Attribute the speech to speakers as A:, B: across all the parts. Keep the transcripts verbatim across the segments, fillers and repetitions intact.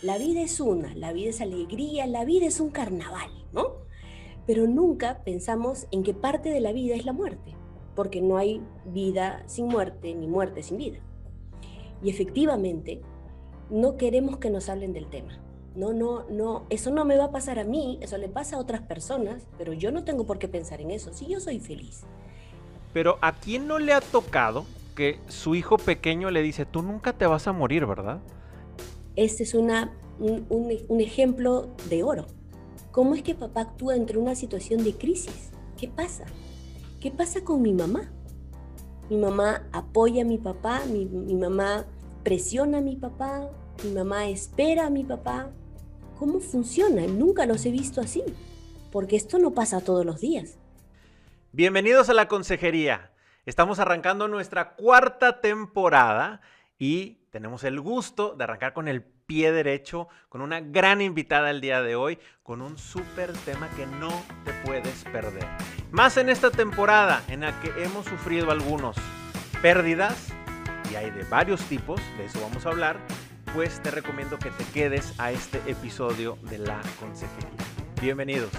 A: La vida es una, la vida es alegría, la vida es un carnaval, ¿no? Pero nunca pensamos en que parte de la vida es la muerte, porque no hay vida sin muerte ni muerte sin vida. Y efectivamente, no queremos que nos hablen del tema. No, no, no, eso no me va a pasar a mí, eso le pasa a otras personas, pero yo no tengo por qué pensar en eso, si yo soy feliz.
B: Pero ¿a quién no le ha tocado que su hijo pequeño le dice, tú nunca te vas a morir, ¿verdad?
A: Este es una, un, un, un ejemplo de oro. ¿Cómo es que papá actúa entre una situación de crisis? ¿Qué pasa? ¿Qué pasa con mi mamá? Mi mamá apoya a mi papá, mi, mi mamá presiona a mi papá, mi mamá espera a mi papá. ¿Cómo funciona? Nunca los he visto así, porque esto no pasa todos los días.
B: Bienvenidos a la consejería. Estamos arrancando nuestra cuarta temporada y tenemos el gusto de arrancar con el pie derecho, con una gran invitada el día de hoy, con un súper tema que no te puedes perder. Más en esta temporada en la que hemos sufrido algunos pérdidas, y hay de varios tipos, de eso vamos a hablar, pues te recomiendo que te quedes a este episodio de la consejería. Bienvenidos.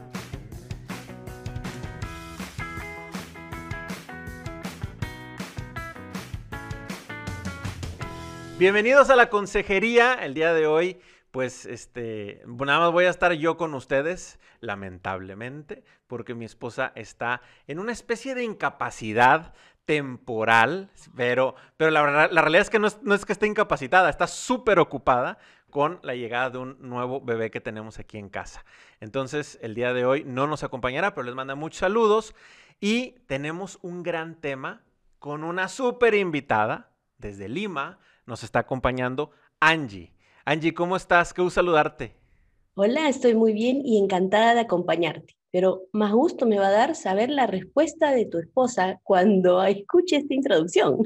B: Bienvenidos a la consejería. El día de hoy, pues, este, nada más voy a estar yo con ustedes, lamentablemente, porque mi esposa está en una especie de incapacidad temporal, pero, pero la, la realidad es que no es, no es que esté incapacitada, está súper ocupada con la llegada de un nuevo bebé que tenemos aquí en casa. Entonces, el día de hoy no nos acompañará, pero les manda muchos saludos y tenemos un gran tema con una súper invitada desde Lima. Nos está acompañando Angie. Angie, ¿cómo estás? Qué gusto saludarte.
A: Hola, estoy muy bien y encantada de acompañarte, pero más gusto me va a dar saber la respuesta de tu esposa cuando escuche esta introducción,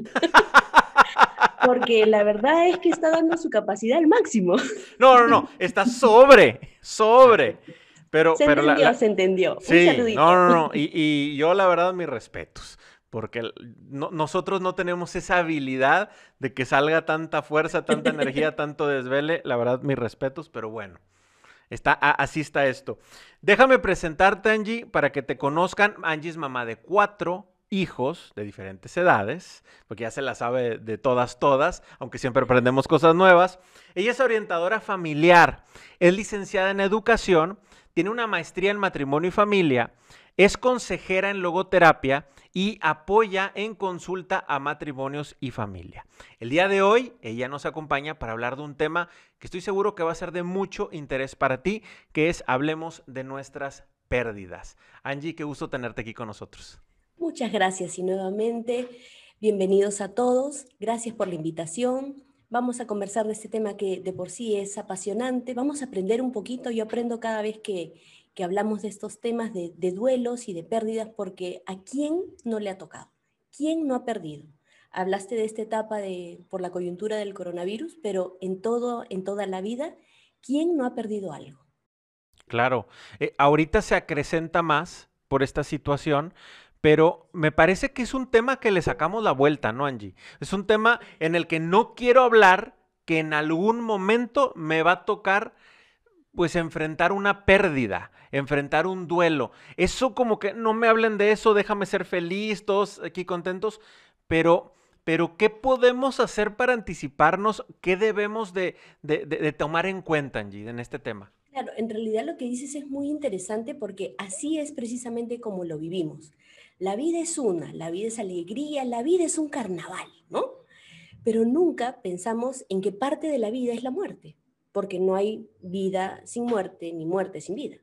A: porque la verdad es que está dando su capacidad al máximo.
B: No, no, no, está sobre, sobre. Pero,
A: Se
B: pero la,
A: entendió,
B: la...
A: se entendió. Un
B: Sí, no,
A: saludito.
B: no, no. Y, y yo la verdad mis respetos. Porque no, nosotros no tenemos esa habilidad de que salga tanta fuerza, tanta energía, tanto desvele. La verdad, mis respetos, pero bueno. Está, así está esto. Déjame presentarte, Angie, para que te conozcan. Angie es mamá de cuatro hijos de diferentes edades, porque ya se la sabe de todas, todas, aunque siempre aprendemos cosas nuevas. Ella es orientadora familiar, es licenciada en educación, tiene una maestría en matrimonio y familia, es consejera en logoterapia y apoya en consulta a matrimonios y familia. El día de hoy ella nos acompaña para hablar de un tema que estoy seguro que va a ser de mucho interés para ti, que es hablemos de nuestras pérdidas. Angie, qué gusto tenerte aquí con nosotros.
A: Muchas gracias y nuevamente bienvenidos a todos. Gracias por la invitación. Vamos a conversar de este tema que de por sí es apasionante. Vamos a aprender un poquito. Yo aprendo cada vez que, que hablamos de estos temas de, de duelos y de pérdidas, porque ¿a quién no le ha tocado? ¿Quién no ha perdido? Hablaste de esta etapa de, por la coyuntura del coronavirus, pero en, todo, en toda la vida, ¿quién no ha perdido algo?
B: Claro, eh, ahorita se acrecenta más por esta situación, pero me parece que es un tema que le sacamos la vuelta, ¿no, Angie? Es un tema en el que no quiero hablar, que en algún momento me va a tocar pues enfrentar una pérdida, enfrentar un duelo. Eso como que no me hablen de eso, déjame ser feliz, todos aquí contentos, pero, pero ¿qué podemos hacer para anticiparnos? ¿Qué debemos de, de, de, de tomar en cuenta, Angie, en este tema?
A: Claro, en realidad lo que dices es muy interesante porque así es precisamente como lo vivimos. La vida es una, la vida es alegría, la vida es un carnaval, ¿no? Pero nunca pensamos en que parte de la vida es la muerte, porque no hay vida sin muerte ni muerte sin vida.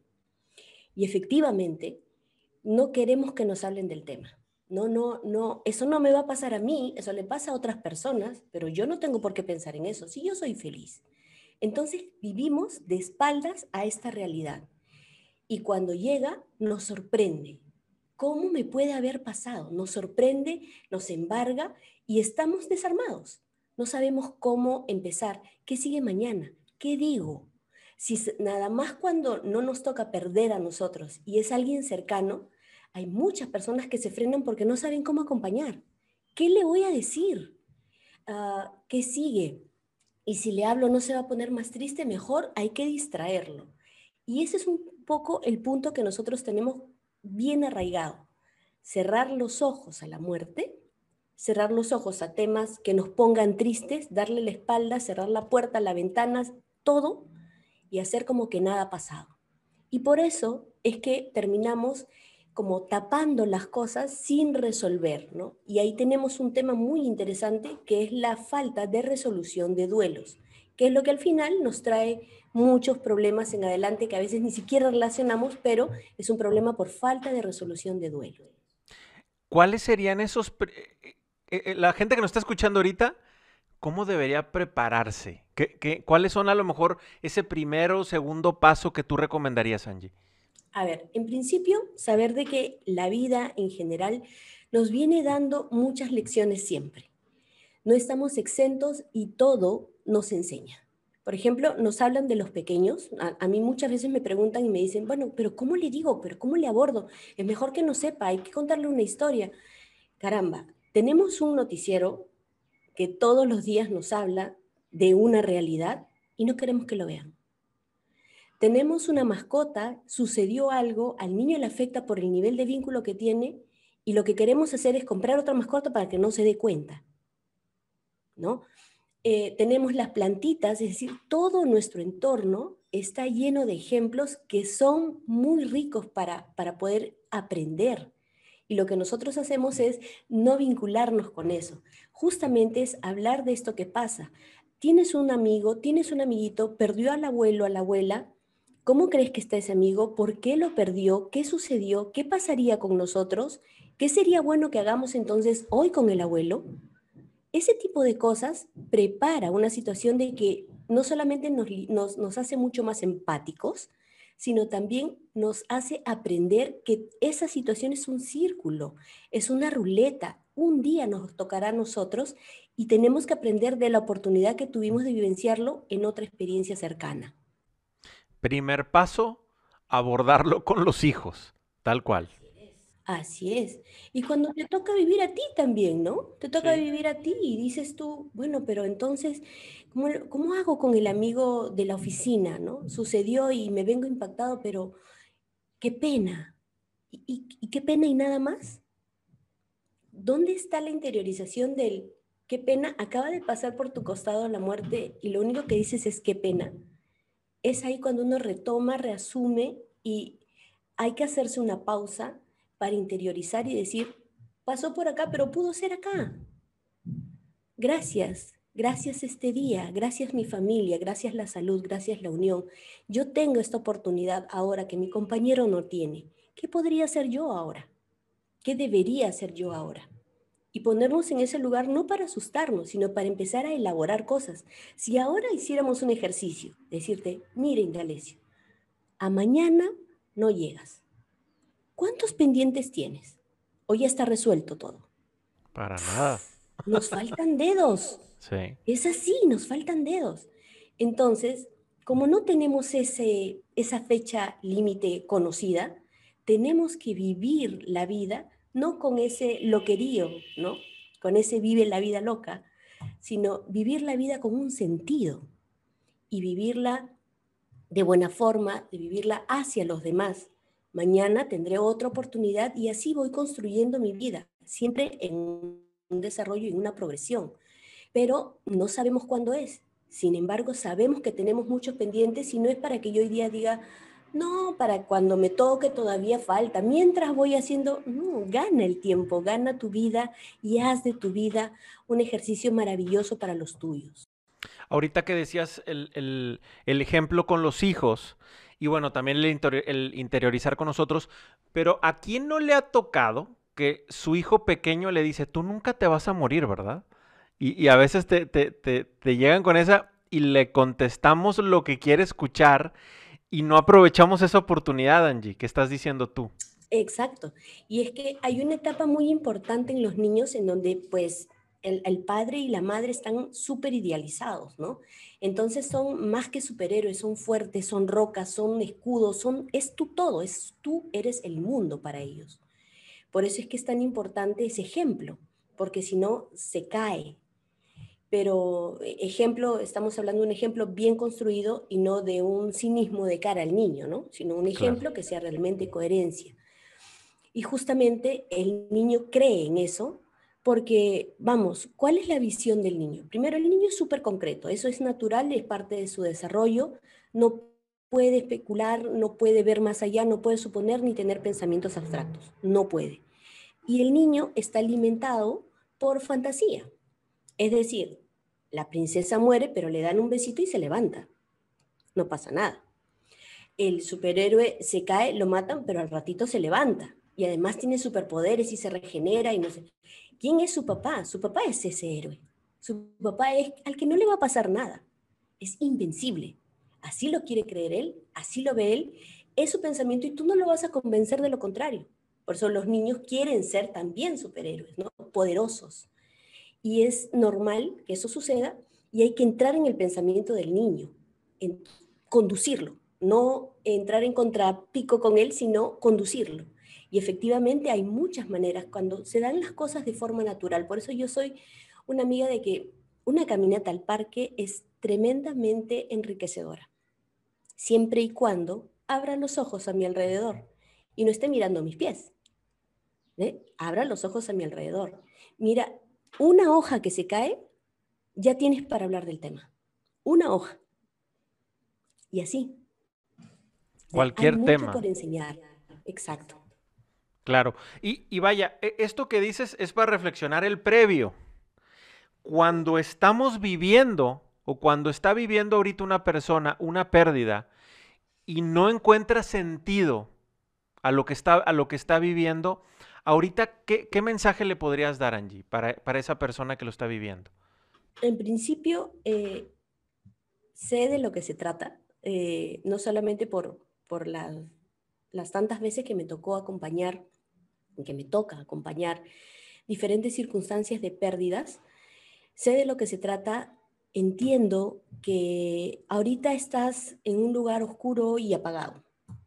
A: Y efectivamente, no queremos que nos hablen del tema. No, no, no, eso no me va a pasar a mí, eso le pasa a otras personas, pero yo no tengo por qué pensar en eso, si yo soy feliz. Entonces vivimos de espaldas a esta realidad y cuando llega nos sorprende. ¿Cómo me puede haber pasado? Nos sorprende, nos embarga y estamos desarmados. No sabemos cómo empezar. ¿Qué sigue mañana? ¿Qué digo? Si nada más cuando no nos toca perder a nosotros y es alguien cercano, hay muchas personas que se frenan porque no saben cómo acompañar. ¿Qué le voy a decir? Uh, ¿Qué sigue? y si le hablo no se va a poner más triste, mejor hay que distraerlo. Y ese es un poco el punto que nosotros tenemos bien arraigado. Cerrar los ojos a la muerte, cerrar los ojos a temas que nos pongan tristes, darle la espalda, cerrar la puerta, las ventanas, todo, y hacer como que nada ha pasado. Y por eso es que terminamos como tapando las cosas sin resolver, ¿no? Y ahí tenemos un tema muy interesante que es la falta de resolución de duelos, que es lo que al final nos trae muchos problemas en adelante que a veces ni siquiera relacionamos, pero es un problema por falta de resolución de duelo.
B: ¿Cuáles serían esos... eh, eh, la gente que nos está escuchando ahorita, ¿cómo debería prepararse? ¿Qué, qué, ¿Cuáles son a lo mejor ese primero o segundo paso que tú recomendarías, Angie?
A: A ver, en principio, saber de que la vida en general nos viene dando muchas lecciones siempre. No estamos exentos y todo nos enseña. Por ejemplo, nos hablan de los pequeños. A, a, mí muchas veces me preguntan y me dicen, bueno, pero ¿cómo le digo? ¿Pero cómo le abordo? Es mejor que no sepa, hay que contarle una historia. Caramba, tenemos un noticiero que todos los días nos habla de una realidad y no queremos que lo vean. Tenemos una mascota, sucedió algo, al niño le afecta por el nivel de vínculo que tiene y lo que queremos hacer es comprar otra mascota para que no se dé cuenta, ¿no? Eh, tenemos las plantitas, es decir, todo nuestro entorno está lleno de ejemplos que son muy ricos para, para poder aprender. Y lo que nosotros hacemos es no vincularnos con eso. Justamente es hablar de esto que pasa. Tienes un amigo, tienes un amiguito, perdió al abuelo, a la abuela. ¿Cómo crees que está ese amigo? ¿Por qué lo perdió? ¿Qué sucedió? ¿Qué pasaría con nosotros? ¿Qué sería bueno que hagamos entonces hoy con el abuelo? Ese tipo de cosas prepara una situación de que no solamente nos, nos, nos hace mucho más empáticos, sino también nos hace aprender que esa situación es un círculo, es una ruleta. Un día nos tocará a nosotros y tenemos que aprender de la oportunidad que tuvimos de vivenciarlo en otra experiencia cercana.
B: Primer paso, abordarlo con los hijos, tal cual.
A: Así es. Y cuando te toca vivir a ti también, ¿no? Te toca
B: Sí.
A: vivir a ti y dices tú, bueno, pero entonces, ¿cómo, lo- cómo hago con el amigo de la oficina, ¿no? Sucedió y me vengo impactado, pero qué pena. ¿Y, y- y qué pena y nada más? ¿Dónde está la interiorización del qué pena? Acaba de pasar por tu costado la muerte y lo único que dices es qué pena. Es ahí cuando uno retoma, reasume y hay que hacerse una pausa para interiorizar y decir, pasó por acá, pero pudo ser acá. Gracias, gracias este día, gracias mi familia, gracias la salud, gracias la unión. Yo tengo esta oportunidad ahora que mi compañero no tiene. ¿Qué podría hacer yo ahora? ¿Qué debería hacer yo ahora? Y ponernos en ese lugar no para asustarnos, sino para empezar a elaborar cosas. Si ahora hiciéramos un ejercicio, decirte, mire, Indalecio, a mañana no llegas. ¿Cuántos pendientes tienes? ¿O ya está resuelto todo?
B: Para nada.
A: Nos faltan dedos.
B: Sí.
A: Es así, nos faltan dedos. Entonces, como no tenemos ese, esa fecha límite conocida, tenemos que vivir la vida no con ese loquerío, ¿no? Con ese vive la vida loca, sino vivir la vida con un sentido y vivirla de buena forma, de vivirla hacia los demás. Mañana tendré otra oportunidad y así voy construyendo mi vida, siempre en un desarrollo y una progresión, pero no sabemos cuándo es. Sin embargo, sabemos que tenemos muchos pendientes y no es para que yo hoy día diga, no, para cuando me toque todavía falta. Mientras voy haciendo, no, gana el tiempo, gana tu vida y haz de tu vida un ejercicio maravilloso para los tuyos.
B: Ahorita que decías el, el- el ejemplo con los hijos y bueno, también el, interior- el interiorizar con nosotros, pero ¿a quién no le ha tocado que su hijo pequeño le dice, tú nunca te vas a morir, ¿verdad? Y, y a veces te, te, te, te llegan con esa y le contestamos lo que quiere escuchar y no aprovechamos esa oportunidad, Angie, que estás diciendo tú.
A: Exacto. Y es que hay una etapa muy importante en los niños en donde pues el, el padre y la madre están súper idealizados, ¿no? Entonces son más que superhéroes, son fuertes, son rocas, son escudos, son, es tú todo, es tú eres el mundo para ellos. Por eso es que es tan importante ese ejemplo, porque si no se cae. pero e- ejemplo, estamos hablando de un ejemplo bien construido y no de un cinismo de cara al niño, ¿no? Sino un
B: Claro.
A: ejemplo que sea realmente coherencia. Y justamente el niño cree en eso porque, vamos, ¿cuál es la visión del niño? Primero, el niño es súper concreto, eso es natural, es parte de su desarrollo, no puede especular, no puede ver más allá, no puede suponer ni tener pensamientos abstractos, no puede. Y el niño está alimentado por fantasía, es decir, la princesa muere, pero le dan un besito y se levanta, no pasa nada. El superhéroe se cae, lo matan, pero al ratito se levanta. Y además tiene superpoderes y se regenera y no sé. ¿Quién es su papá? Su papá es ese héroe. Su papá es al que no le va a pasar nada. Es invencible. Así lo quiere creer él, así lo ve él. Es su pensamiento y tú no lo vas a convencer de lo contrario. Por eso los niños quieren ser también superhéroes, ¿no? Poderosos. Y es normal que eso suceda y hay que entrar en el pensamiento del niño, en conducirlo, no entrar en contrapico con él, sino conducirlo. Y efectivamente hay muchas maneras cuando se dan las cosas de forma natural. Por eso yo soy una amiga de que una caminata al parque es tremendamente enriquecedora, siempre y cuando abra los ojos a mi alrededor y no esté mirando mis pies. ¿Eh? Abra los ojos a mi alrededor. Mira, una hoja que se cae, ya tienes para hablar del tema. Una hoja. Y así. ¿Eh? Hay
B: Cualquier
A: mucho
B: tema.
A: por enseñar. Exacto.
B: Claro. Y, y vaya, e- esto que dices es para reflexionar el previo. Cuando estamos viviendo o cuando está viviendo ahorita una persona una pérdida y no encuentra sentido a lo que está, a lo que está viviendo, ahorita, ¿qué, qué mensaje le podrías dar, Angie, para, para esa persona que lo está viviendo?
A: En principio, eh, sé de lo que se trata, eh, no solamente por, por las, las tantas veces que me tocó acompañar, que me toca acompañar diferentes circunstancias de pérdidas. Sé de lo que se trata, entiendo que ahorita estás en un lugar oscuro y apagado.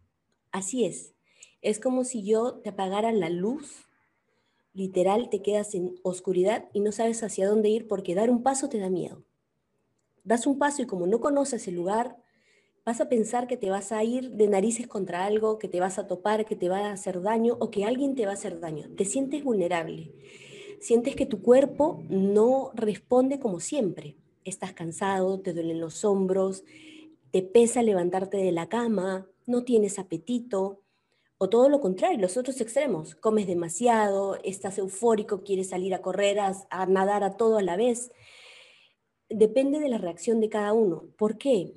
A: Así es. Es como si yo te apagara la luz, literal, te quedas en oscuridad y no sabes hacia dónde ir porque dar un paso te da miedo. Das un paso y como no conoces el lugar, vas a pensar que te vas a ir de narices contra algo, que te vas a topar, que te va a hacer daño o que alguien te va a hacer daño. Te sientes vulnerable. Sientes que tu cuerpo no responde como siempre. Estás cansado, te duelen los hombros, te pesa levantarte de la cama, no tienes apetito, o todo lo contrario, los otros extremos. Comes demasiado, estás eufórico, quieres salir a correr, a, a nadar a todo a la vez. Depende de la reacción de cada uno. ¿Por qué?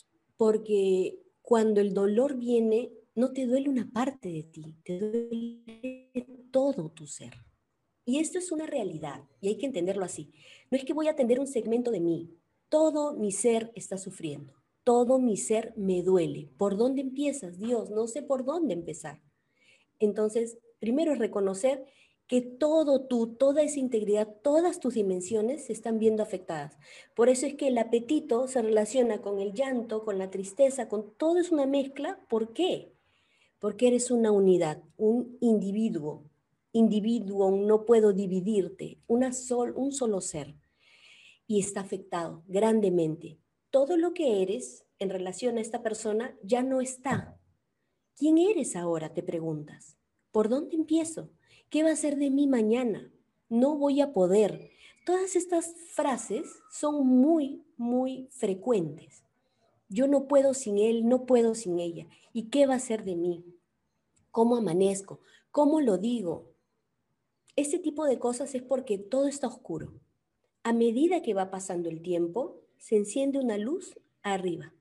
A: Porque cuando el dolor viene, no te duele una parte de ti, te duele todo tu ser. Y esto es una realidad y hay que entenderlo así. No es que voy a atender un segmento de mí. Todo mi ser está sufriendo. Todo mi ser me duele. ¿Por dónde empiezas, Dios? No sé por dónde empezar. Entonces, primero es reconocer que todo tú, toda esa integridad, todas tus dimensiones se están viendo afectadas. Por eso es que el apetito se relaciona con el llanto, con la tristeza, con todo es una mezcla. ¿Por qué? Porque eres una unidad, un individuo. Individuo, no puedo dividirte, una sol, un solo ser. Y está afectado grandemente. Todo lo que eres en relación a esta persona ya no está. ¿Quién eres ahora? Te preguntas. ¿Por dónde empiezo? ¿Qué va a ser de mí mañana? No voy a poder. Todas estas frases son muy, muy frecuentes. Yo no puedo sin él, no puedo sin ella. ¿Y qué va a ser de mí? ¿Cómo amanezco? ¿Cómo lo digo? Este tipo de cosas es porque todo está oscuro. A medida que va pasando el tiempo, se enciende una luz arriba,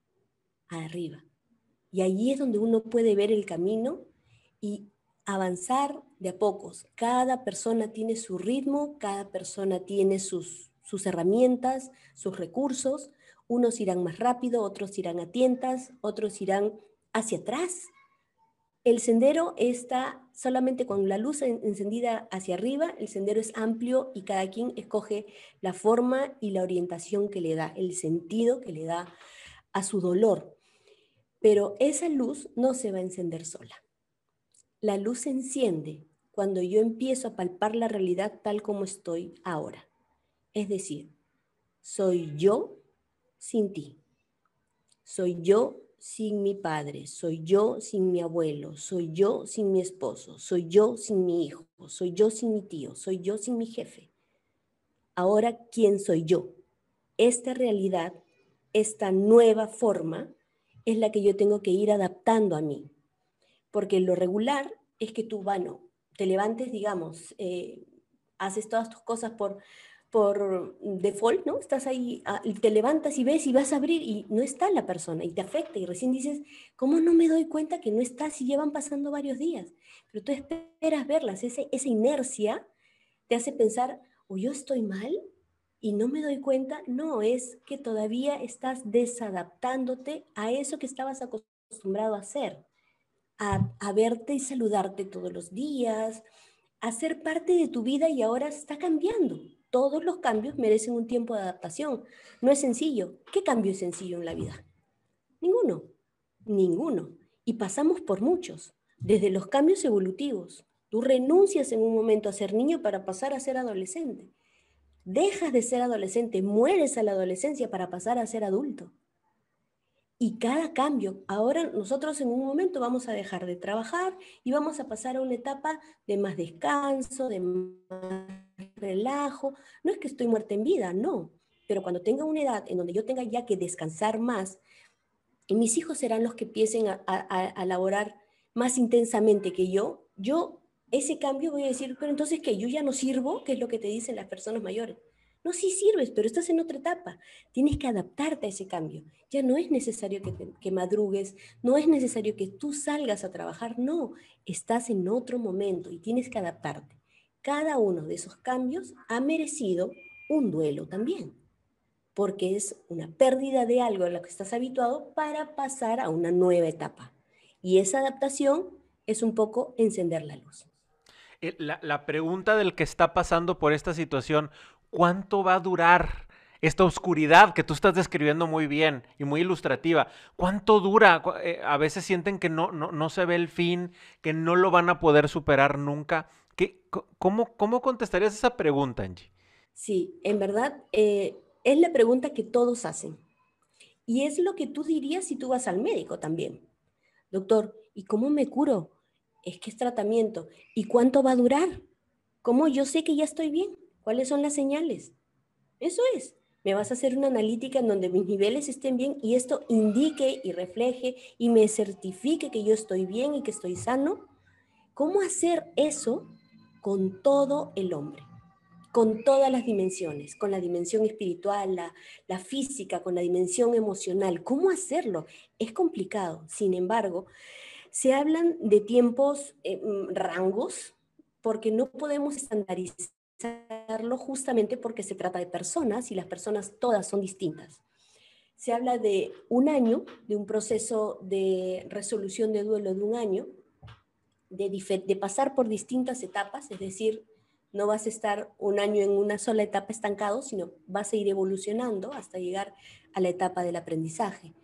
A: arriba. Y allí es donde uno puede ver el camino y avanzar de a pocos. Cada persona tiene su ritmo, cada persona tiene sus, sus herramientas, sus recursos. Unos irán más rápido, otros irán a tientas, otros irán hacia atrás. El sendero está solamente con la luz encendida hacia arriba, el sendero es amplio y cada quien escoge la forma y la orientación que le da, el sentido que le da a su dolor. Pero esa luz no se va a encender sola. La luz se enciende cuando yo empiezo a palpar la realidad tal como estoy ahora. Es decir, Soy yo sin ti. Soy yo sin mi padre, soy yo sin mi abuelo, soy yo sin mi esposo, soy yo sin mi hijo, soy yo sin mi tío, soy yo sin mi jefe. Ahora, ¿quién soy yo? Esta realidad, esta nueva forma, es la que yo tengo que ir adaptando a mí. Porque lo regular es que tú, bueno, te levantes, digamos, eh, haces todas tus cosas por, por default, ¿no? Estás ahí, ah, y te levantas y ves y vas a abrir y no está la persona y te afecta y recién dices, ¿cómo no me doy cuenta que no está si llevan pasando varios días? Pero tú esperas verlas, ese, esa inercia te hace pensar, o yo estoy mal y no me doy cuenta. No, es que todavía estás desadaptándote a eso que estabas acostumbrado a hacer, a, a verte y saludarte todos los días, a ser parte de tu vida y ahora está cambiando. Todos los cambios merecen un tiempo de adaptación. No es sencillo. ¿Qué cambio es sencillo en la vida? Ninguno, ninguno. Y pasamos por muchos, desde los cambios evolutivos. Tú renuncias en un momento a ser niño para pasar a ser adolescente. Dejas de ser adolescente, mueres a la adolescencia para pasar a ser adulto. Y cada cambio, ahora nosotros en un momento vamos a dejar de trabajar y vamos a pasar a una etapa de más descanso, de más relajo. No es que estoy muerta en vida, no. Pero cuando tenga una edad en donde yo tenga ya que descansar más, y mis hijos serán los que empiecen a, a, a laborar más intensamente que yo, yo ese cambio voy a decir, pero entonces que yo ya no sirvo, que es lo que te dicen las personas mayores. No, sí sirves, pero estás en otra etapa. Tienes que adaptarte a ese cambio. Ya no es necesario que, te, que madrugues, no es necesario que tú salgas a trabajar, no, estás en otro momento y tienes que adaptarte. Cada uno de esos cambios ha merecido un duelo también, porque es una pérdida de algo a lo que estás habituado para pasar a una nueva etapa. Y esa adaptación es un poco encender la luz.
B: Eh, La, la pregunta del que está pasando por esta situación, ¿cuánto va a durar esta oscuridad que tú estás describiendo muy bien y muy ilustrativa? ¿Cuánto dura? Cu- eh, a veces sienten que no, no, no se ve el fin, que no lo van a poder superar nunca. ¿Qué, co- cómo, ¿Cómo contestarías esa pregunta, Angie?
A: Sí, en verdad eh, es la pregunta que todos hacen. Y es lo que tú dirías si tú vas al médico también. Doctor, ¿y cómo me curo? Es que es tratamiento. ¿Y cuánto va a durar? ¿Cómo yo sé que ya estoy bien? ¿Cuáles son las señales? Eso es. Me vas a hacer una analítica en donde mis niveles estén bien y esto indique y refleje y me certifique que yo estoy bien y que estoy sano. ¿Cómo hacer eso con todo el hombre? Con todas las dimensiones, con la dimensión espiritual, la, la física, con la dimensión emocional. ¿Cómo hacerlo? Es complicado. Sin embargo, se hablan de tiempos, eh, mm, rangos, porque no podemos estandarizarlo justamente porque se trata de personas y las personas todas son distintas. Se habla de un año, de un proceso de resolución de duelo de un año, de, de pasar por distintas etapas, es decir, no vas a estar un año en una sola etapa estancado, sino vas a ir evolucionando hasta llegar a la etapa del aprendizaje.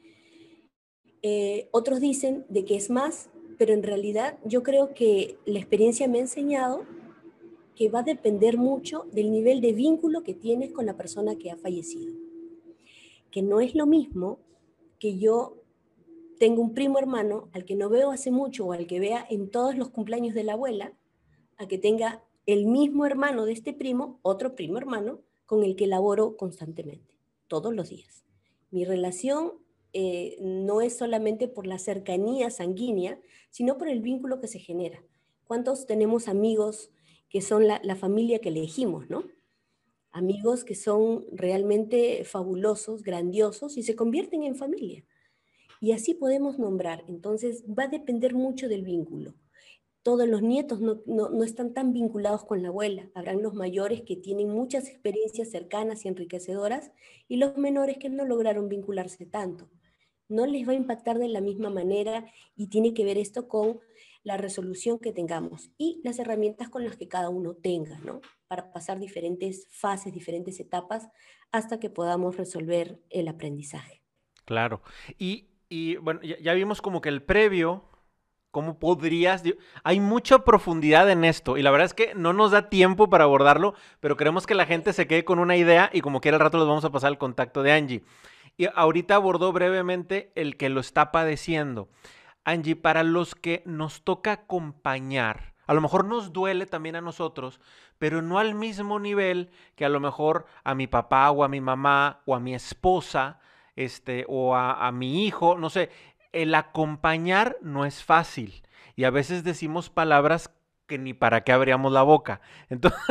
A: Eh, otros dicen de que es más, pero en realidad yo creo que la experiencia me ha enseñado que va a depender mucho del nivel de vínculo que tienes con la persona que ha fallecido. Que no es lo mismo que yo tengo un primo hermano al que no veo hace mucho o al que vea en todos los cumpleaños de la abuela, a que tenga el mismo hermano de este primo, otro primo hermano, con el que laboro constantemente, todos los días. Mi relación eh, no es solamente por la cercanía sanguínea, sino por el vínculo que se genera. ¿Cuántos tenemos amigos que son la, la familia que elegimos, ¿no? Amigos que son realmente fabulosos, grandiosos y se convierten en familia. Y así podemos nombrar. Entonces va a depender mucho del vínculo. Todos los nietos no, no, no, están tan vinculados con la abuela. Habrán los mayores que tienen muchas experiencias cercanas y enriquecedoras y los menores que no lograron vincularse tanto. No les va a impactar de la misma manera y tiene que ver esto con la resolución que tengamos y las herramientas con las que cada uno tenga, ¿no? Para pasar diferentes fases, diferentes etapas hasta que podamos resolver el aprendizaje.
B: Claro. Y, y bueno, ya, ya vimos como que el previo ¿Cómo podrías? Hay mucha profundidad en esto y la verdad es que no nos da tiempo para abordarlo, pero queremos que la gente se quede con una idea y como quiera al rato les vamos a pasar el contacto de Angie. Y ahorita abordó brevemente el que lo está padeciendo. Angie, para los que nos toca acompañar, a lo mejor nos duele también a nosotros, pero no al mismo nivel que a lo mejor a mi papá o a mi mamá o a mi esposa, este, o a, a mi hijo, no sé, el acompañar no es fácil y a veces decimos palabras que ni para qué abríamos la boca. Entonces,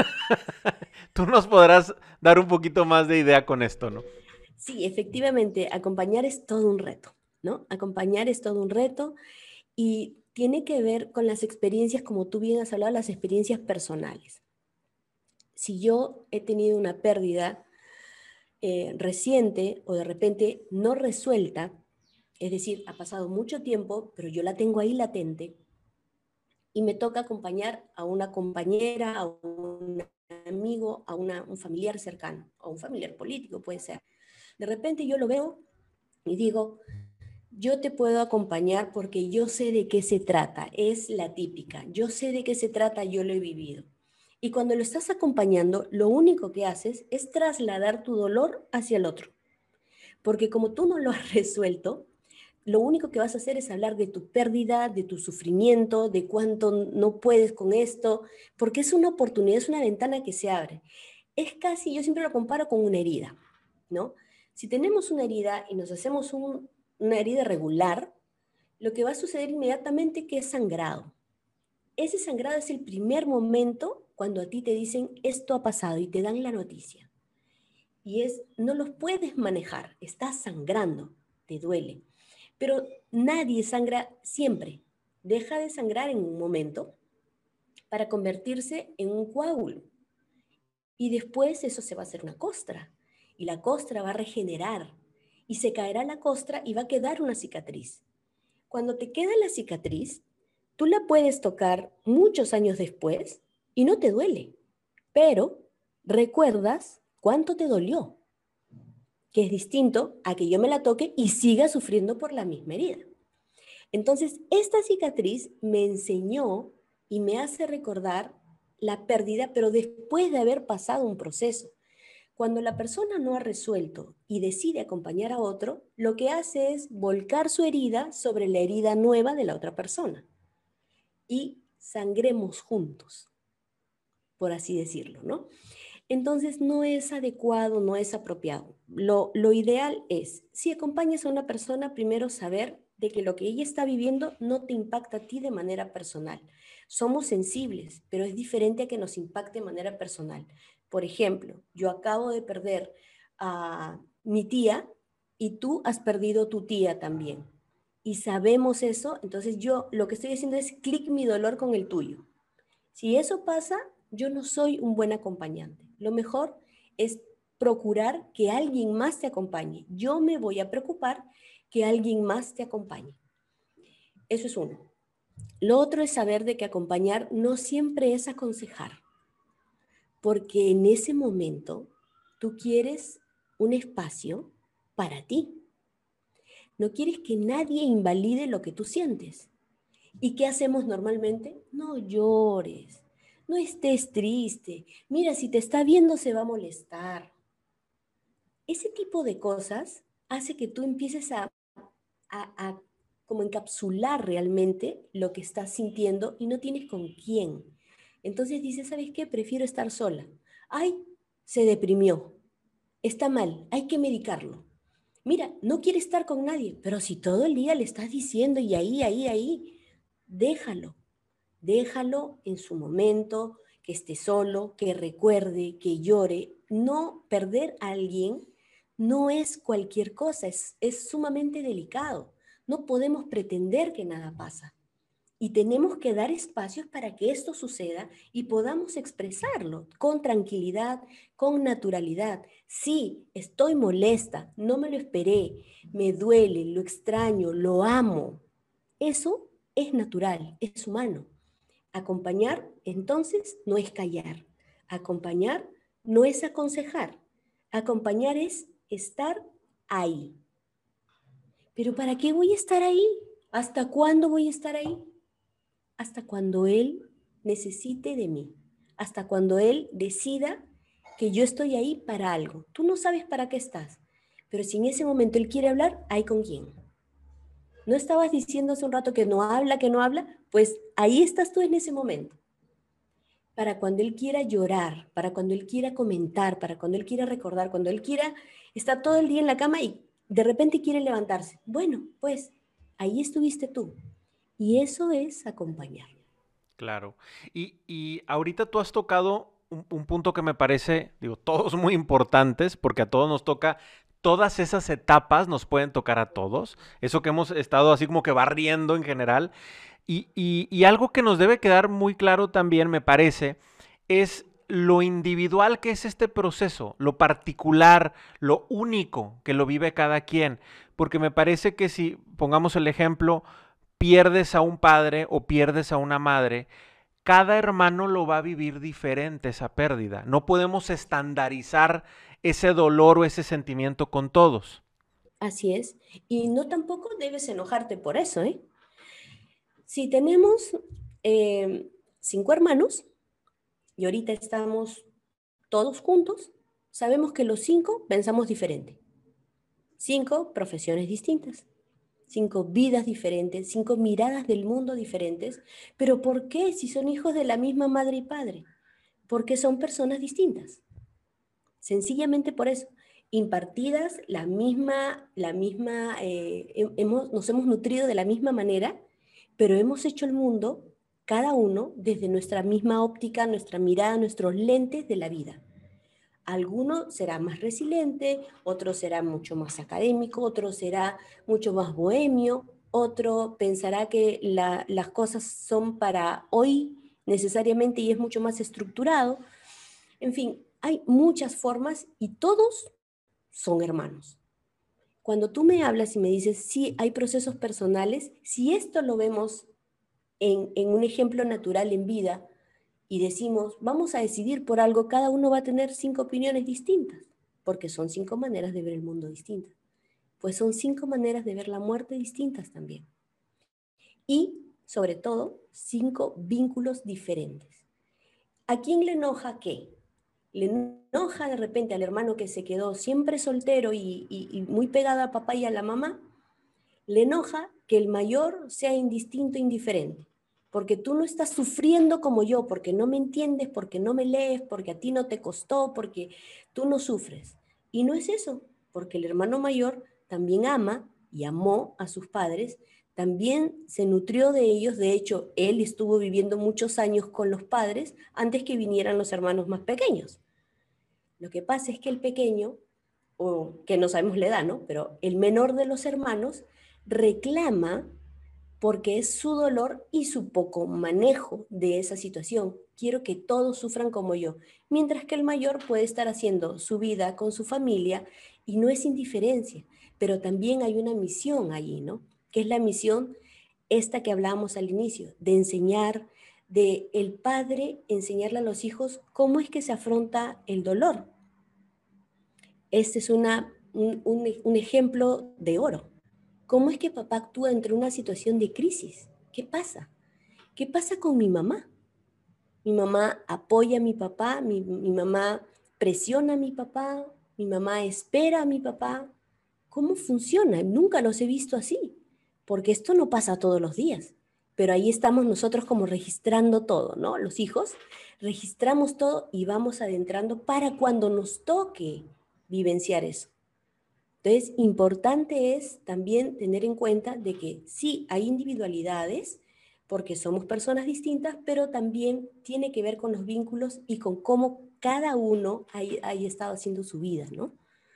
B: tú nos podrás dar un poquito más de idea con esto, ¿no?
A: Sí, efectivamente, acompañar es todo un reto, ¿no? Acompañar es todo un reto y tiene que ver con las experiencias, como tú bien has hablado, las experiencias personales. Si yo he tenido una pérdida eh, reciente o de repente no resuelta, es decir, ha pasado mucho tiempo, pero yo la tengo ahí latente, y me toca acompañar a una compañera, a un amigo, a una, un familiar cercano, a un familiar político puede ser. De repente yo lo veo y digo, yo te puedo acompañar porque yo sé de qué se trata, es la típica, yo sé de qué se trata, yo lo he vivido. Y cuando lo estás acompañando, lo único que haces es trasladar tu dolor hacia el otro, porque como tú no lo has resuelto, lo único que vas a hacer es hablar de tu pérdida, de tu sufrimiento, de cuánto no puedes con esto, porque es una oportunidad, es una ventana que se abre. Es casi, yo siempre lo comparo con una herida, ¿no? Si tenemos una herida y nos hacemos un, una herida regular, lo que va a suceder inmediatamente que es sangrado. Ese sangrado es el primer momento cuando a ti te dicen esto ha pasado y te dan la noticia. Y es, no los puedes manejar, estás sangrando, te duele. Pero nadie sangra siempre. Deja de sangrar en un momento para convertirse en un coágulo. Y después eso se va a hacer una costra. Y la costra va a regenerar. Y se caerá la costra y va a quedar una cicatriz. Cuando te queda la cicatriz, tú la puedes tocar muchos años después y no te duele. Pero recuerdas cuánto te dolió, que es distinto a que yo me la toque y siga sufriendo por la misma herida. Entonces, esta cicatriz me enseñó y me hace recordar la pérdida, pero después de haber pasado un proceso. Cuando la persona no ha resuelto y decide acompañar a otro, lo que hace es volcar su herida sobre la herida nueva de la otra persona. Y sangremos juntos, por así decirlo, ¿no? Entonces no es adecuado, no es apropiado. Lo, lo ideal es, si acompañas a una persona, primero saber de que lo que ella está viviendo no te impacta a ti de manera personal. Somos sensibles, pero es diferente a que nos impacte de manera personal. Por ejemplo, yo acabo de perder a mi tía y tú has perdido tu tía también. Y sabemos eso, entonces yo lo que estoy haciendo es clic mi dolor con el tuyo. Si eso pasa, yo no soy un buen acompañante. Lo mejor es procurar que alguien más te acompañe. Yo me voy a preocupar que alguien más te acompañe. Eso es uno. Lo otro es saber de que acompañar no siempre es aconsejar, porque en ese momento tú quieres un espacio para ti. No quieres que nadie invalide lo que tú sientes. ¿Y qué hacemos normalmente? No llores, no estés triste. Mira, si te está viendo se va a molestar. Ese tipo de cosas hace que tú empieces a, a, a como encapsular realmente lo que estás sintiendo y no tienes con quién. Entonces dices, ¿sabes qué? Prefiero estar sola. Ay, se deprimió. Está mal, hay que medicarlo. Mira, no quiere estar con nadie, pero si todo el día le estás diciendo y ahí, ahí, ahí, déjalo. Déjalo en su momento, que esté solo, que recuerde, que llore. No perder a alguien no es cualquier cosa, es, es sumamente delicado. No podemos pretender que nada pasa. Y tenemos que dar espacios para que esto suceda y podamos expresarlo con tranquilidad, con naturalidad. Sí, estoy molesta, no me lo esperé, me duele, lo extraño, lo amo. Eso es natural, es humano. Acompañar, entonces, no es callar. Acompañar no es aconsejar. Acompañar es estar ahí. Pero ¿para qué voy a estar ahí? ¿Hasta cuándo voy a estar ahí? hasta cuando él necesite de mí, hasta cuando él decida que yo estoy ahí para algo. Tú no sabes para qué estás, pero si en ese momento él quiere hablar, hay con quién. ¿No estabas diciendo hace un rato que no habla, que no habla? Pues ahí estás tú en ese momento. Para cuando él quiera llorar, para cuando él quiera comentar, para cuando él quiera recordar, cuando él quiera, está todo el día en la cama y de repente quiere levantarse. Bueno, pues ahí estuviste tú. Y eso es acompañar.
B: Claro. Y, y ahorita tú has tocado un, un punto que me parece, digo, todos muy importantes, porque a todos nos toca, todas esas etapas nos pueden tocar a todos. Eso que hemos estado así como que barriendo en general. Y, y, y algo que nos debe quedar muy claro también, me parece, es lo individual que es este proceso, lo particular, lo único que lo vive cada quien. Porque me parece que si, pongamos el ejemplo, pierdes a un padre o pierdes a una madre, cada hermano lo va a vivir diferente esa pérdida. No podemos estandarizar ese dolor o ese sentimiento con todos.
A: Así es. Y no tampoco debes enojarte por eso, ¿eh? Si tenemos eh, cinco hermanos y ahorita estamos todos juntos, sabemos que los cinco pensamos diferente. Cinco profesiones distintas, cinco vidas diferentes, cinco miradas del mundo diferentes. ¿Pero por qué si son hijos de la misma madre y padre? Porque son personas distintas. Sencillamente por eso. Impartidas la misma, la misma eh, hemos, nos hemos nutrido de la misma manera, pero hemos hecho el mundo, cada uno, desde nuestra misma óptica, nuestra mirada, nuestros lentes de la vida. Alguno será más resiliente, otro será mucho más académico, otro será mucho más bohemio, otro pensará que la, las cosas son para hoy necesariamente y es mucho más estructurado. En fin, hay muchas formas y todos son hermanos. Cuando tú me hablas y me dices, sí, hay procesos personales, si esto lo vemos en, en un ejemplo natural en vida y decimos, vamos a decidir por algo, cada uno va a tener cinco opiniones distintas, porque son cinco maneras de ver el mundo distintas. Pues son cinco maneras de ver la muerte distintas también. Y, sobre todo, cinco vínculos diferentes. ¿A quién le enoja qué? Le enoja de repente al hermano que se quedó siempre soltero y, y, y muy pegado a papá y a la mamá. Le enoja que el mayor sea indistinto, indiferente, porque tú no estás sufriendo como yo, porque no me entiendes, porque no me lees, porque a ti no te costó, porque tú no sufres. Y no es eso, porque el hermano mayor también ama y amó a sus padres, también se nutrió de ellos. De hecho, él estuvo viviendo muchos años con los padres antes que vinieran los hermanos más pequeños. Lo que pasa es que el pequeño, o que no sabemos la edad, ¿no? Pero el menor de los hermanos reclama porque es su dolor y su poco manejo de esa situación. Quiero que todos sufran como yo. Mientras que el mayor puede estar haciendo su vida con su familia y no es indiferencia, pero también hay una misión allí, ¿no? Que es la misión esta que hablábamos al inicio, de enseñar, de el padre enseñarle a los hijos cómo es que se afronta el dolor. Este es una, un, un, un ejemplo de oro. ¿Cómo es que papá actúa entre una situación de crisis? ¿Qué pasa? ¿Qué pasa con mi mamá? Mi mamá apoya a mi papá, mi, mi mamá presiona a mi papá, mi mamá espera a mi papá. ¿Cómo funciona? Nunca los he visto así, porque esto no pasa todos los días. Pero ahí estamos nosotros como registrando todo, ¿no? Los hijos registramos todo y vamos adentrando para cuando nos toque vivenciar eso. Entonces, importante es también tener en cuenta de que sí, hay individualidades, porque somos personas distintas, pero también tiene que ver con los vínculos y con cómo cada uno ha estado haciendo su vida, ¿no?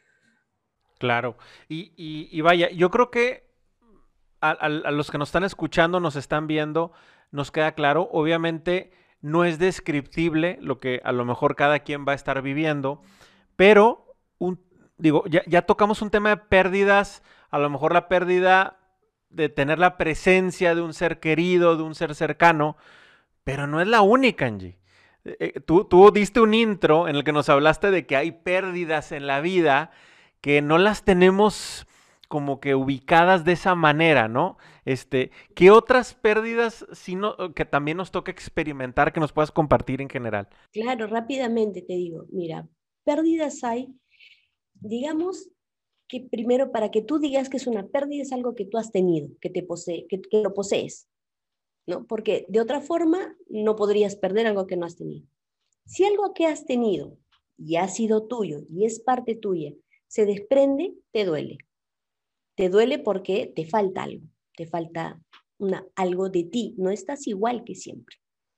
B: Claro. Y, y, y vaya, yo creo que a, a, a los que nos están escuchando, nos están viendo, nos queda claro. Obviamente no es descriptible lo que a lo mejor cada quien va a estar viviendo, pero un, digo, ya, ya tocamos un tema de pérdidas, a lo mejor la pérdida de tener la presencia de un ser querido, de un ser cercano, pero no es la única, Angie. Eh, tú, tú diste un intro en el que nos hablaste de que hay pérdidas en la vida que no las tenemos como que ubicadas de esa manera, ¿no? Este, ¿qué otras pérdidas si no, que también nos toca experimentar que nos puedas compartir en general?
A: Claro, rápidamente te digo, mira, pérdidas hay, digamos que primero para que tú digas que es una pérdida es algo que tú has tenido, que te posee, que, que lo posees, ¿no? Porque de otra forma no podrías perder algo que no has tenido. Si algo que has tenido y ha sido tuyo y es parte tuya, se desprende, te duele. Te duele porque te falta algo, te falta una, algo de ti, no estás igual que siempre.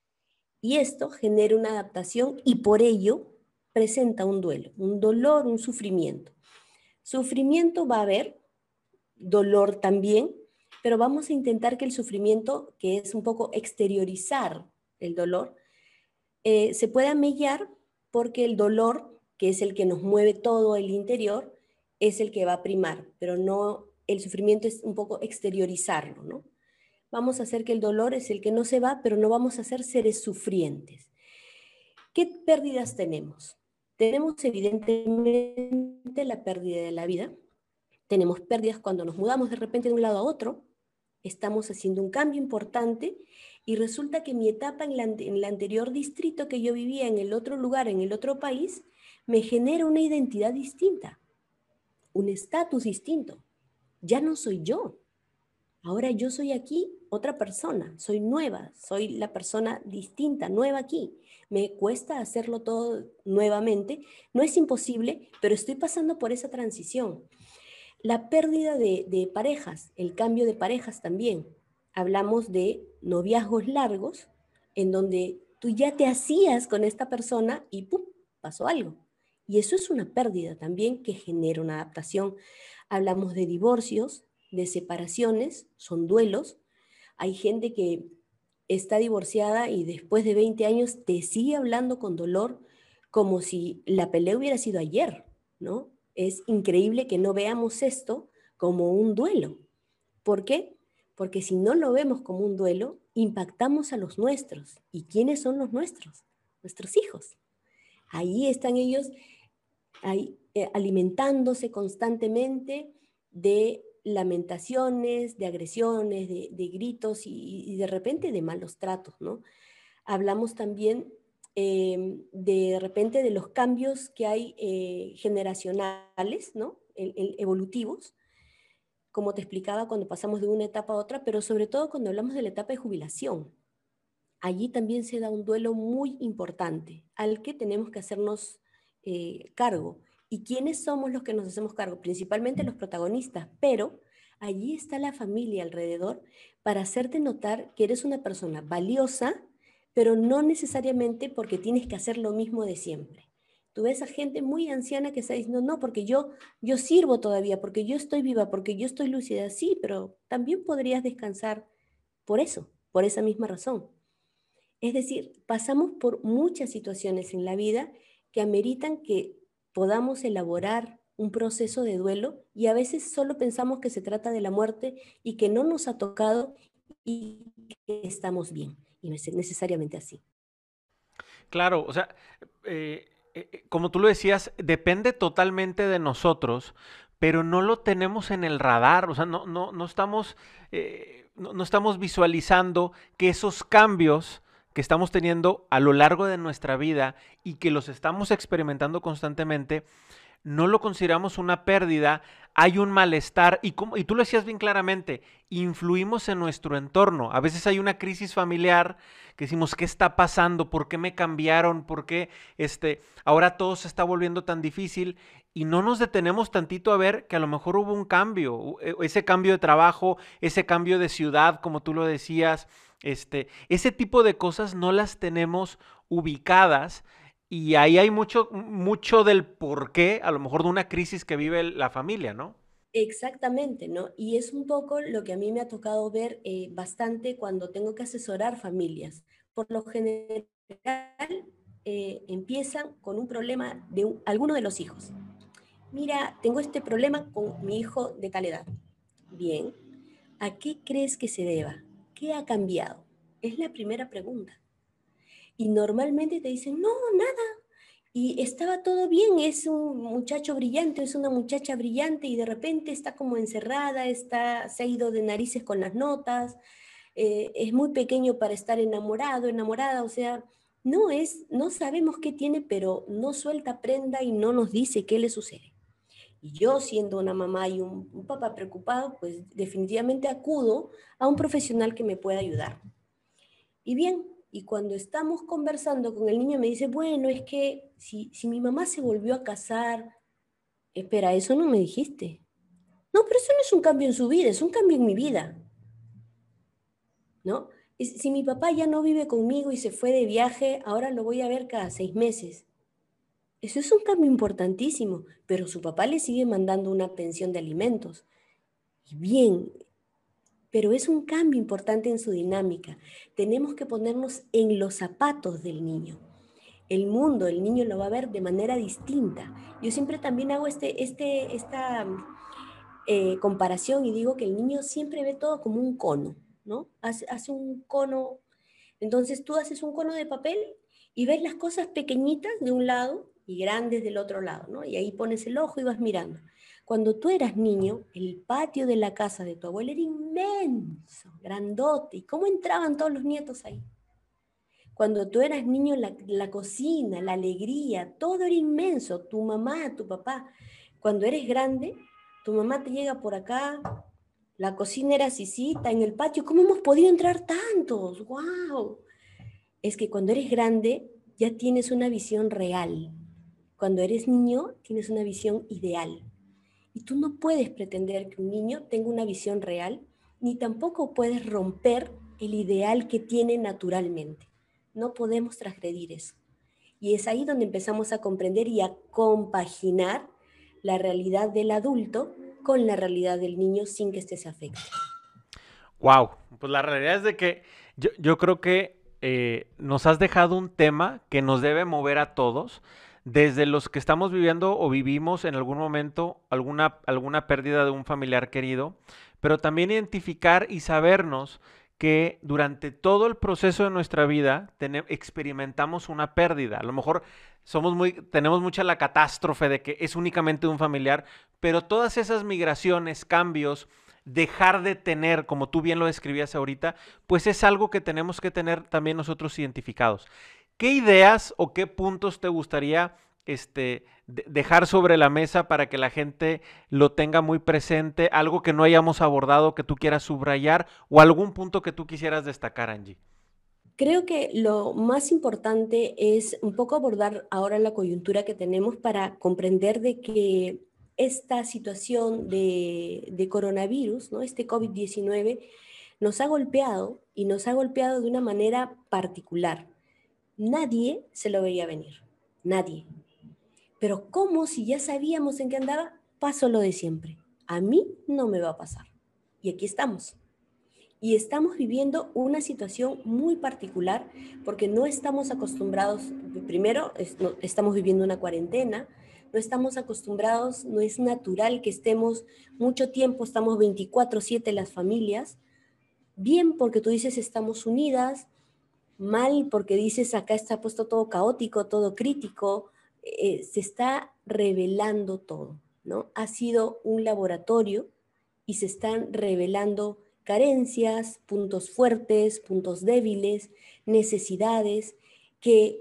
A: Y esto genera una adaptación y por ello presenta un duelo, un dolor, un sufrimiento. Sufrimiento va a haber, dolor también, pero vamos a intentar que el sufrimiento, que es un poco exteriorizar el dolor, eh, se pueda mellar porque el dolor, que es el que nos mueve todo el interior, es el que va a primar, pero no, el sufrimiento es un poco exteriorizarlo, ¿no? Vamos a hacer que el dolor es el que no se va, pero no vamos a ser seres sufrientes. ¿Qué pérdidas tenemos? Tenemos evidentemente la pérdida de la vida, tenemos pérdidas cuando nos mudamos de repente de un lado a otro, estamos haciendo un cambio importante y resulta que mi etapa en, la, en el anterior distrito que yo vivía en el otro lugar, en el otro país, me genera una identidad distinta, un estatus distinto. Ya no soy yo. Ahora yo soy aquí otra persona, soy nueva, soy la persona distinta, nueva aquí. Me cuesta hacerlo todo nuevamente. No es imposible, pero estoy pasando por esa transición. La pérdida de, de parejas, el cambio de parejas también. Hablamos de noviazgos largos, en donde tú ya te hacías con esta persona y ¡pum!, pasó algo. Y eso es una pérdida también que genera una adaptación. Hablamos de divorcios, de separaciones, son duelos. Hay gente que está divorciada y después de veinte años te sigue hablando con dolor como si la pelea hubiera sido ayer, ¿no? Es increíble que no veamos esto como un duelo. ¿Por qué? Porque si no lo vemos como un duelo, impactamos a los nuestros. ¿Y quiénes son los nuestros? Nuestros hijos. Ahí están ellos ahí, eh, alimentándose constantemente de lamentaciones, de agresiones, de, de gritos y, y, de repente de malos tratos, ¿no? Hablamos también eh, de repente de los cambios que hay eh, generacionales, ¿no? El, el, evolutivos, como te explicaba cuando pasamos de una etapa a otra, pero sobre todo cuando hablamos de la etapa de jubilación. Allí también se da un duelo muy importante al que tenemos que hacernos eh, cargo. ¿Y quiénes somos los que nos hacemos cargo? Principalmente los protagonistas, pero allí está la familia alrededor para hacerte notar que eres una persona valiosa, pero no necesariamente porque tienes que hacer lo mismo de siempre. Tú ves a gente muy anciana que está diciendo, no, porque yo, yo sirvo todavía, porque yo estoy viva, porque yo estoy lúcida. Sí, pero también podrías descansar por eso, por esa misma razón. Es decir, pasamos por muchas situaciones en la vida que ameritan que podamos elaborar un proceso de duelo y a veces solo pensamos que se trata de la muerte y que no nos ha tocado y que estamos bien. Y no es necesariamente así.
B: Claro, o sea, eh, eh, como tú lo decías, depende totalmente de nosotros, pero no lo tenemos en el radar, o sea, no, no, no estamos, eh, no, no estamos visualizando que esos cambios que estamos teniendo a lo largo de nuestra vida y que los estamos experimentando constantemente, no lo consideramos una pérdida, hay un malestar y, como, y tú lo decías bien claramente, influimos en nuestro entorno. A veces hay una crisis familiar que decimos, ¿qué está pasando? ¿Por qué me cambiaron? ¿Por qué este, ahora todo se está volviendo tan difícil? Y no nos detenemos tantito a ver que a lo mejor hubo un cambio, ese cambio de trabajo, ese cambio de ciudad, como tú lo decías, este, ese tipo de cosas no las tenemos ubicadas. Y ahí hay mucho, mucho del porqué, a lo mejor de una crisis que vive la familia, ¿no?
A: Exactamente, ¿no? Y es un poco lo que a mí me ha tocado ver eh, bastante cuando tengo que asesorar familias. Por lo general, eh, empiezan con un problema de un, alguno de los hijos. Mira, tengo este problema con mi hijo de tal edad. Bien, ¿a qué crees que se deba? ¿Qué ha cambiado? Es la primera pregunta. Y normalmente te dicen, no, nada. Y estaba todo bien, es un muchacho brillante, es una muchacha brillante y de repente está como encerrada, está, se ha ido de narices con las notas, eh, es muy pequeño para estar enamorado, enamorada, o sea, no es, no sabemos qué tiene, pero no suelta prenda y no nos dice qué le sucede. Y yo, siendo una mamá y un, un papá preocupado, pues definitivamente acudo a un profesional que me pueda ayudar. Y bien, y cuando estamos conversando con el niño me dice, bueno, es que si, si mi mamá se volvió a casar, espera, eso no me dijiste. No, pero eso no es un cambio en su vida, es un cambio en mi vida, ¿no? Es- Si mi papá ya no vive conmigo y se fue de viaje, ahora lo voy a ver cada seis meses. Eso es un cambio importantísimo, pero su papá le sigue mandando una pensión de alimentos. Y bien, pero es un cambio importante en su dinámica. Tenemos que ponernos en los zapatos del niño. El mundo, el niño lo va a ver de manera distinta. Yo siempre también hago este, este, esta eh, comparación y digo que el niño siempre ve todo como un cono, ¿no? Hace, hace un cono, entonces tú haces un cono de papel y ves las cosas pequeñitas de un lado y grandes del otro lado, ¿no? Y ahí pones el ojo y vas mirando. Cuando tú eras niño, el patio de la casa de tu abuela era inmenso, grandote. ¿Y cómo entraban todos los nietos ahí? Cuando tú eras niño, la, la cocina, la alegría, todo era inmenso, tu mamá, tu papá. Cuando eres grande, tu mamá te llega por acá, la cocina era sisita, en el patio, ¿cómo hemos podido entrar tantos? ¡Wow! Es que cuando eres grande ya tienes una visión real. Cuando eres niño tienes una visión ideal. Y tú no puedes pretender que un niño tenga una visión real, ni tampoco puedes romper el ideal que tiene naturalmente. No podemos transgredir eso. Y es ahí donde empezamos a comprender y a compaginar la realidad del adulto con la realidad del niño sin que éste se afecte.
B: Wow, pues la realidad es de que yo, yo creo que eh, nos has dejado un tema que nos debe mover a todos, desde los que estamos viviendo o vivimos en algún momento alguna, alguna pérdida de un familiar querido, pero también identificar y sabernos que durante todo el proceso de nuestra vida tene- experimentamos una pérdida. A lo mejor somos muy, tenemos mucha la catástrofe de que es únicamente un familiar, pero todas esas migraciones, cambios, dejar de tener, como tú bien lo describías ahorita, pues es algo que tenemos que tener también nosotros identificados. ¿Qué ideas o qué puntos te gustaría este, de dejar sobre la mesa para que la gente lo tenga muy presente? Algo que no hayamos abordado, que tú quieras subrayar o algún punto que tú quisieras destacar, Angie.
A: Creo que lo más importante es un poco abordar ahora la coyuntura que tenemos para comprender de que esta situación de, de coronavirus, ¿no? Este COVID diecinueve, nos ha golpeado y nos ha golpeado de una manera particular. Nadie se lo veía venir, nadie. Pero ¿cómo si ya sabíamos en qué andaba? Pasó lo de siempre. A mí no me va a pasar. Y aquí estamos. Y estamos viviendo una situación muy particular porque no estamos acostumbrados, primero, es, no, estamos viviendo una cuarentena, no estamos acostumbrados, no es natural que estemos mucho tiempo, estamos veinticuatro siete las familias, bien porque tú dices estamos unidas, mal porque dices acá está puesto todo caótico, todo crítico, eh, se está revelando todo, ¿no? Ha sido un laboratorio y se están revelando carencias, puntos fuertes, puntos débiles, necesidades que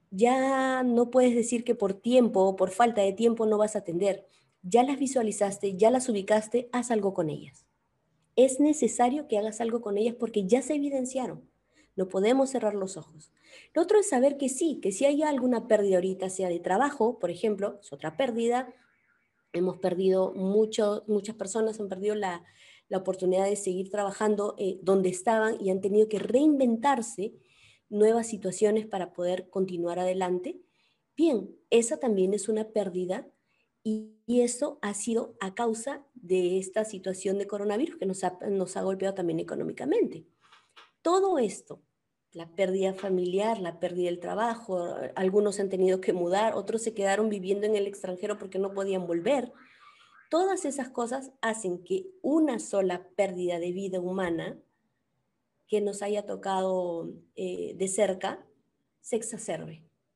A: ya no puedes decir que por tiempo o por falta de tiempo no vas a atender. Ya las visualizaste, ya las ubicaste, haz algo con ellas. Es necesario que hagas algo con ellas porque ya se evidenciaron. No podemos cerrar los ojos. Lo otro es saber que sí, que si hay alguna pérdida ahorita, sea de trabajo, por ejemplo, es otra pérdida. Hemos perdido mucho, muchas personas han perdido la, la oportunidad de seguir trabajando eh, donde estaban y han tenido que reinventarse nuevas situaciones para poder continuar adelante. Bien, esa también es una pérdida y, y eso ha sido a causa de esta situación de coronavirus que nos ha, nos ha golpeado también económicamente. Todo esto, la pérdida familiar, la pérdida del trabajo, algunos han tenido que mudar, otros se quedaron viviendo en el extranjero porque no podían volver. Todas esas cosas hacen que una sola pérdida de vida humana que nos haya tocado eh, de cerca se exacerbe.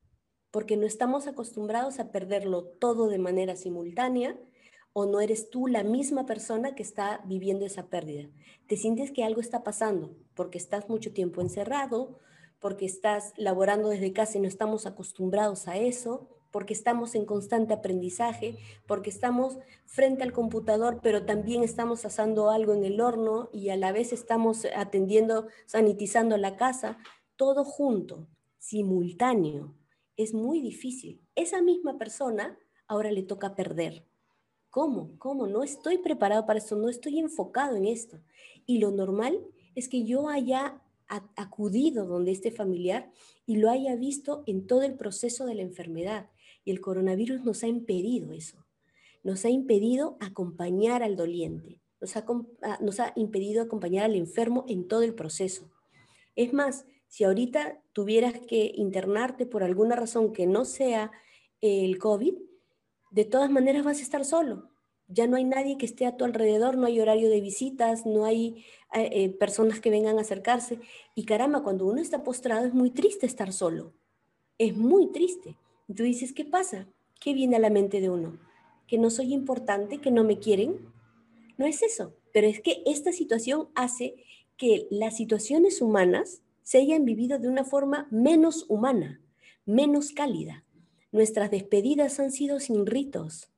A: porque no estamos acostumbrados a perderlo todo de manera simultánea, o no eres tú la misma persona que está viviendo esa pérdida. Te sientes que algo está pasando porque estás mucho tiempo encerrado, porque estás laborando desde casa y no estamos acostumbrados a eso, porque estamos en constante aprendizaje, porque estamos frente al computador, pero también estamos asando algo en el horno y a la vez estamos atendiendo, sanitizando la casa, todo junto, simultáneo. Es muy difícil. Esa misma persona ahora le toca perder. ¿Cómo? ¿Cómo? No estoy preparado para esto, no estoy enfocado en esto. Y lo normal es que yo haya acudido donde este familiar y lo haya visto en todo el proceso de la enfermedad. Y el coronavirus nos ha impedido eso. Nos ha impedido acompañar al doliente. Nos ha, nos ha impedido acompañar al enfermo en todo el proceso. Es más, si ahorita tuvieras que internarte por alguna razón que no sea el COVID, de todas maneras vas a estar solo. Ya no hay nadie que esté a tu alrededor, no hay horario de visitas, no hay eh, eh, personas que vengan a acercarse. Y caramba, cuando uno está postrado es muy triste estar solo. Es muy triste. Y tú dices, ¿qué pasa? ¿Qué viene a la mente de uno? ¿Que no soy importante? ¿Que no me quieren? No es eso. Pero es que esta situación hace que las situaciones humanas se hayan vivido de una forma menos humana, menos cálida. Nuestras despedidas han sido sin ritos,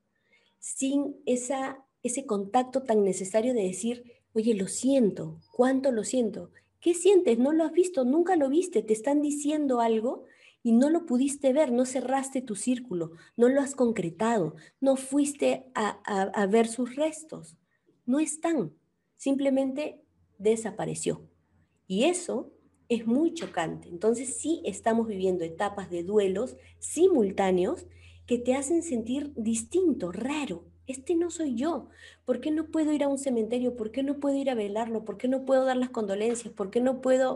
A: sin esa, ese contacto tan necesario de decir, oye, lo siento, ¿cuánto lo siento? ¿Qué sientes? No lo has visto, nunca lo viste, te están diciendo algo y no lo pudiste ver, no cerraste tu círculo, no lo has concretado, no fuiste a, a, a ver sus restos. No están, simplemente desapareció. Y eso es muy chocante. Entonces sí estamos viviendo etapas de duelos simultáneos que te hacen sentir distinto, raro. Este no soy yo. ¿Por qué no puedo ir a un cementerio? ¿Por qué no puedo ir a velarlo? ¿Por qué no puedo dar las condolencias? ¿Por qué no puedo?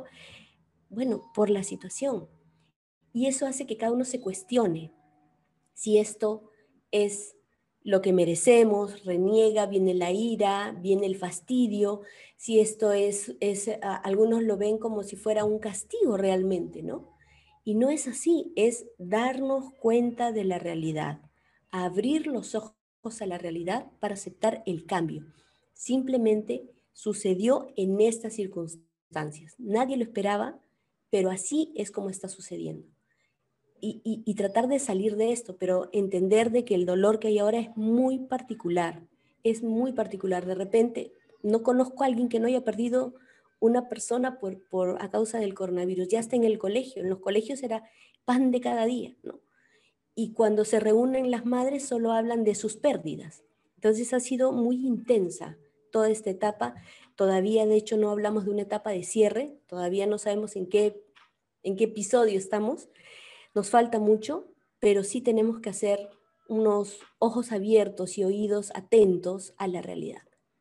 A: Bueno, por la situación. Y eso hace que cada uno se cuestione si esto es lo que merecemos, reniega, viene la ira, viene el fastidio, si esto es, es a, algunos lo ven como si fuera un castigo realmente, ¿no? Y no es así, es darnos cuenta de la realidad, abrir los ojos a la realidad para aceptar el cambio. Simplemente sucedió en estas circunstancias. Nadie lo esperaba, pero así es como está sucediendo. Y, y, y, tratar de salir de esto, pero entender de que el dolor que hay ahora es muy particular, es muy particular. De repente, no conozco a alguien que no haya perdido una persona por, por, a causa del coronavirus, ya está en el colegio, en los colegios era pan de cada día, ¿no? Y cuando se reúnen las madres solo hablan de sus pérdidas. Entonces ha sido muy intensa toda esta etapa, todavía de hecho no hablamos de una etapa de cierre, todavía no sabemos en qué, en qué episodio estamos. Nos falta mucho, pero sí tenemos que hacer unos ojos abiertos y oídos atentos a la realidad.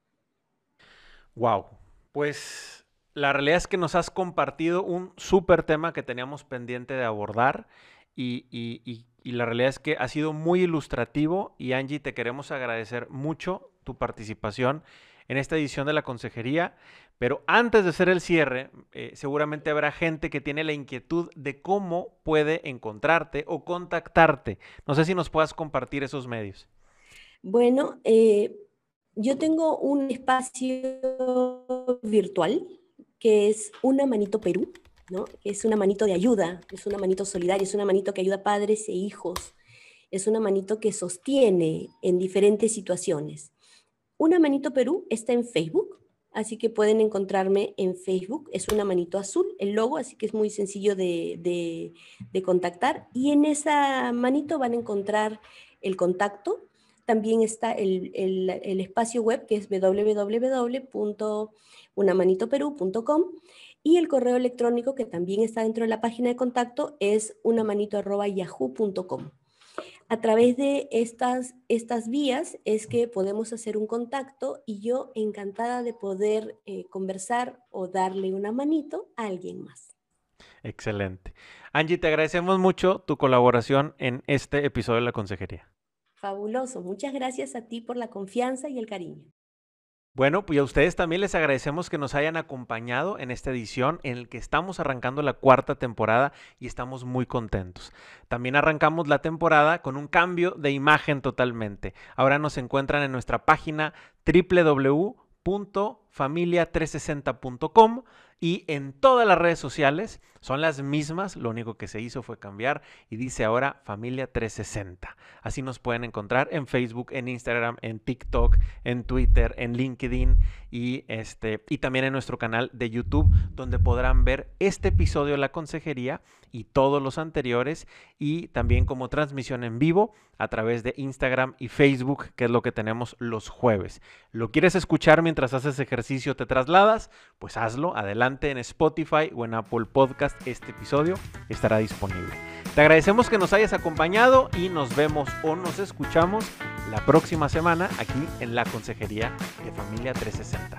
B: Wow, pues la realidad es que nos has compartido un súper tema que teníamos pendiente de abordar y, y, y, y la realidad es que ha sido muy ilustrativo y Angie, te queremos agradecer mucho tu participación en esta edición de la consejería, pero antes de hacer el cierre, eh, seguramente habrá gente que tiene la inquietud de cómo puede encontrarte o contactarte. No sé si nos puedas compartir esos medios.
A: Bueno, eh, yo tengo un espacio virtual que es Una Manito Perú, ¿no? Es una manito de ayuda, es una manito solidaria, es una manito que ayuda a padres e hijos, es una manito que sostiene en diferentes situaciones. Una Manito Perú está en Facebook, así que pueden encontrarme en Facebook. Es una manito azul, el logo, así que es muy sencillo de, de, de contactar. Y en esa manito van a encontrar el contacto. También está el, el, el espacio web que es w w w punto una manito perú punto com y el correo electrónico que también está dentro de la página de contacto es unamanito arroba yahoo punto com. A través de estas, estas vías es que podemos hacer un contacto y yo encantada de poder eh, conversar o darle una manito a alguien más.
B: Excelente. Angie, te agradecemos mucho tu colaboración en este episodio de la consejería.
A: Fabuloso. Muchas gracias a ti por la confianza y el cariño.
B: Bueno, pues a ustedes también les agradecemos que nos hayan acompañado en esta edición en el que estamos arrancando la cuarta temporada y estamos muy contentos. También arrancamos la temporada con un cambio de imagen totalmente. Ahora nos encuentran en nuestra página doble u doble u doble u punto familia trescientos sesenta punto com y en todas las redes sociales son las mismas, lo único que se hizo fue cambiar y dice ahora Familia trescientos sesenta. Así nos pueden encontrar en Facebook, en Instagram, en TikTok, en Twitter, en LinkedIn y, este, y también en nuestro canal de YouTube, donde podrán ver este episodio de La Consejería y todos los anteriores, y también como transmisión en vivo a través de Instagram y Facebook, que es lo que tenemos los jueves. ¿Lo quieres escuchar mientras haces ejercicio, te trasladas? Pues hazlo, adelante en Spotify o en Apple Podcast. Este episodio estará disponible. Te agradecemos que nos hayas acompañado y nos vemos o nos escuchamos la próxima semana aquí en La Consejería de Familia trescientos sesenta.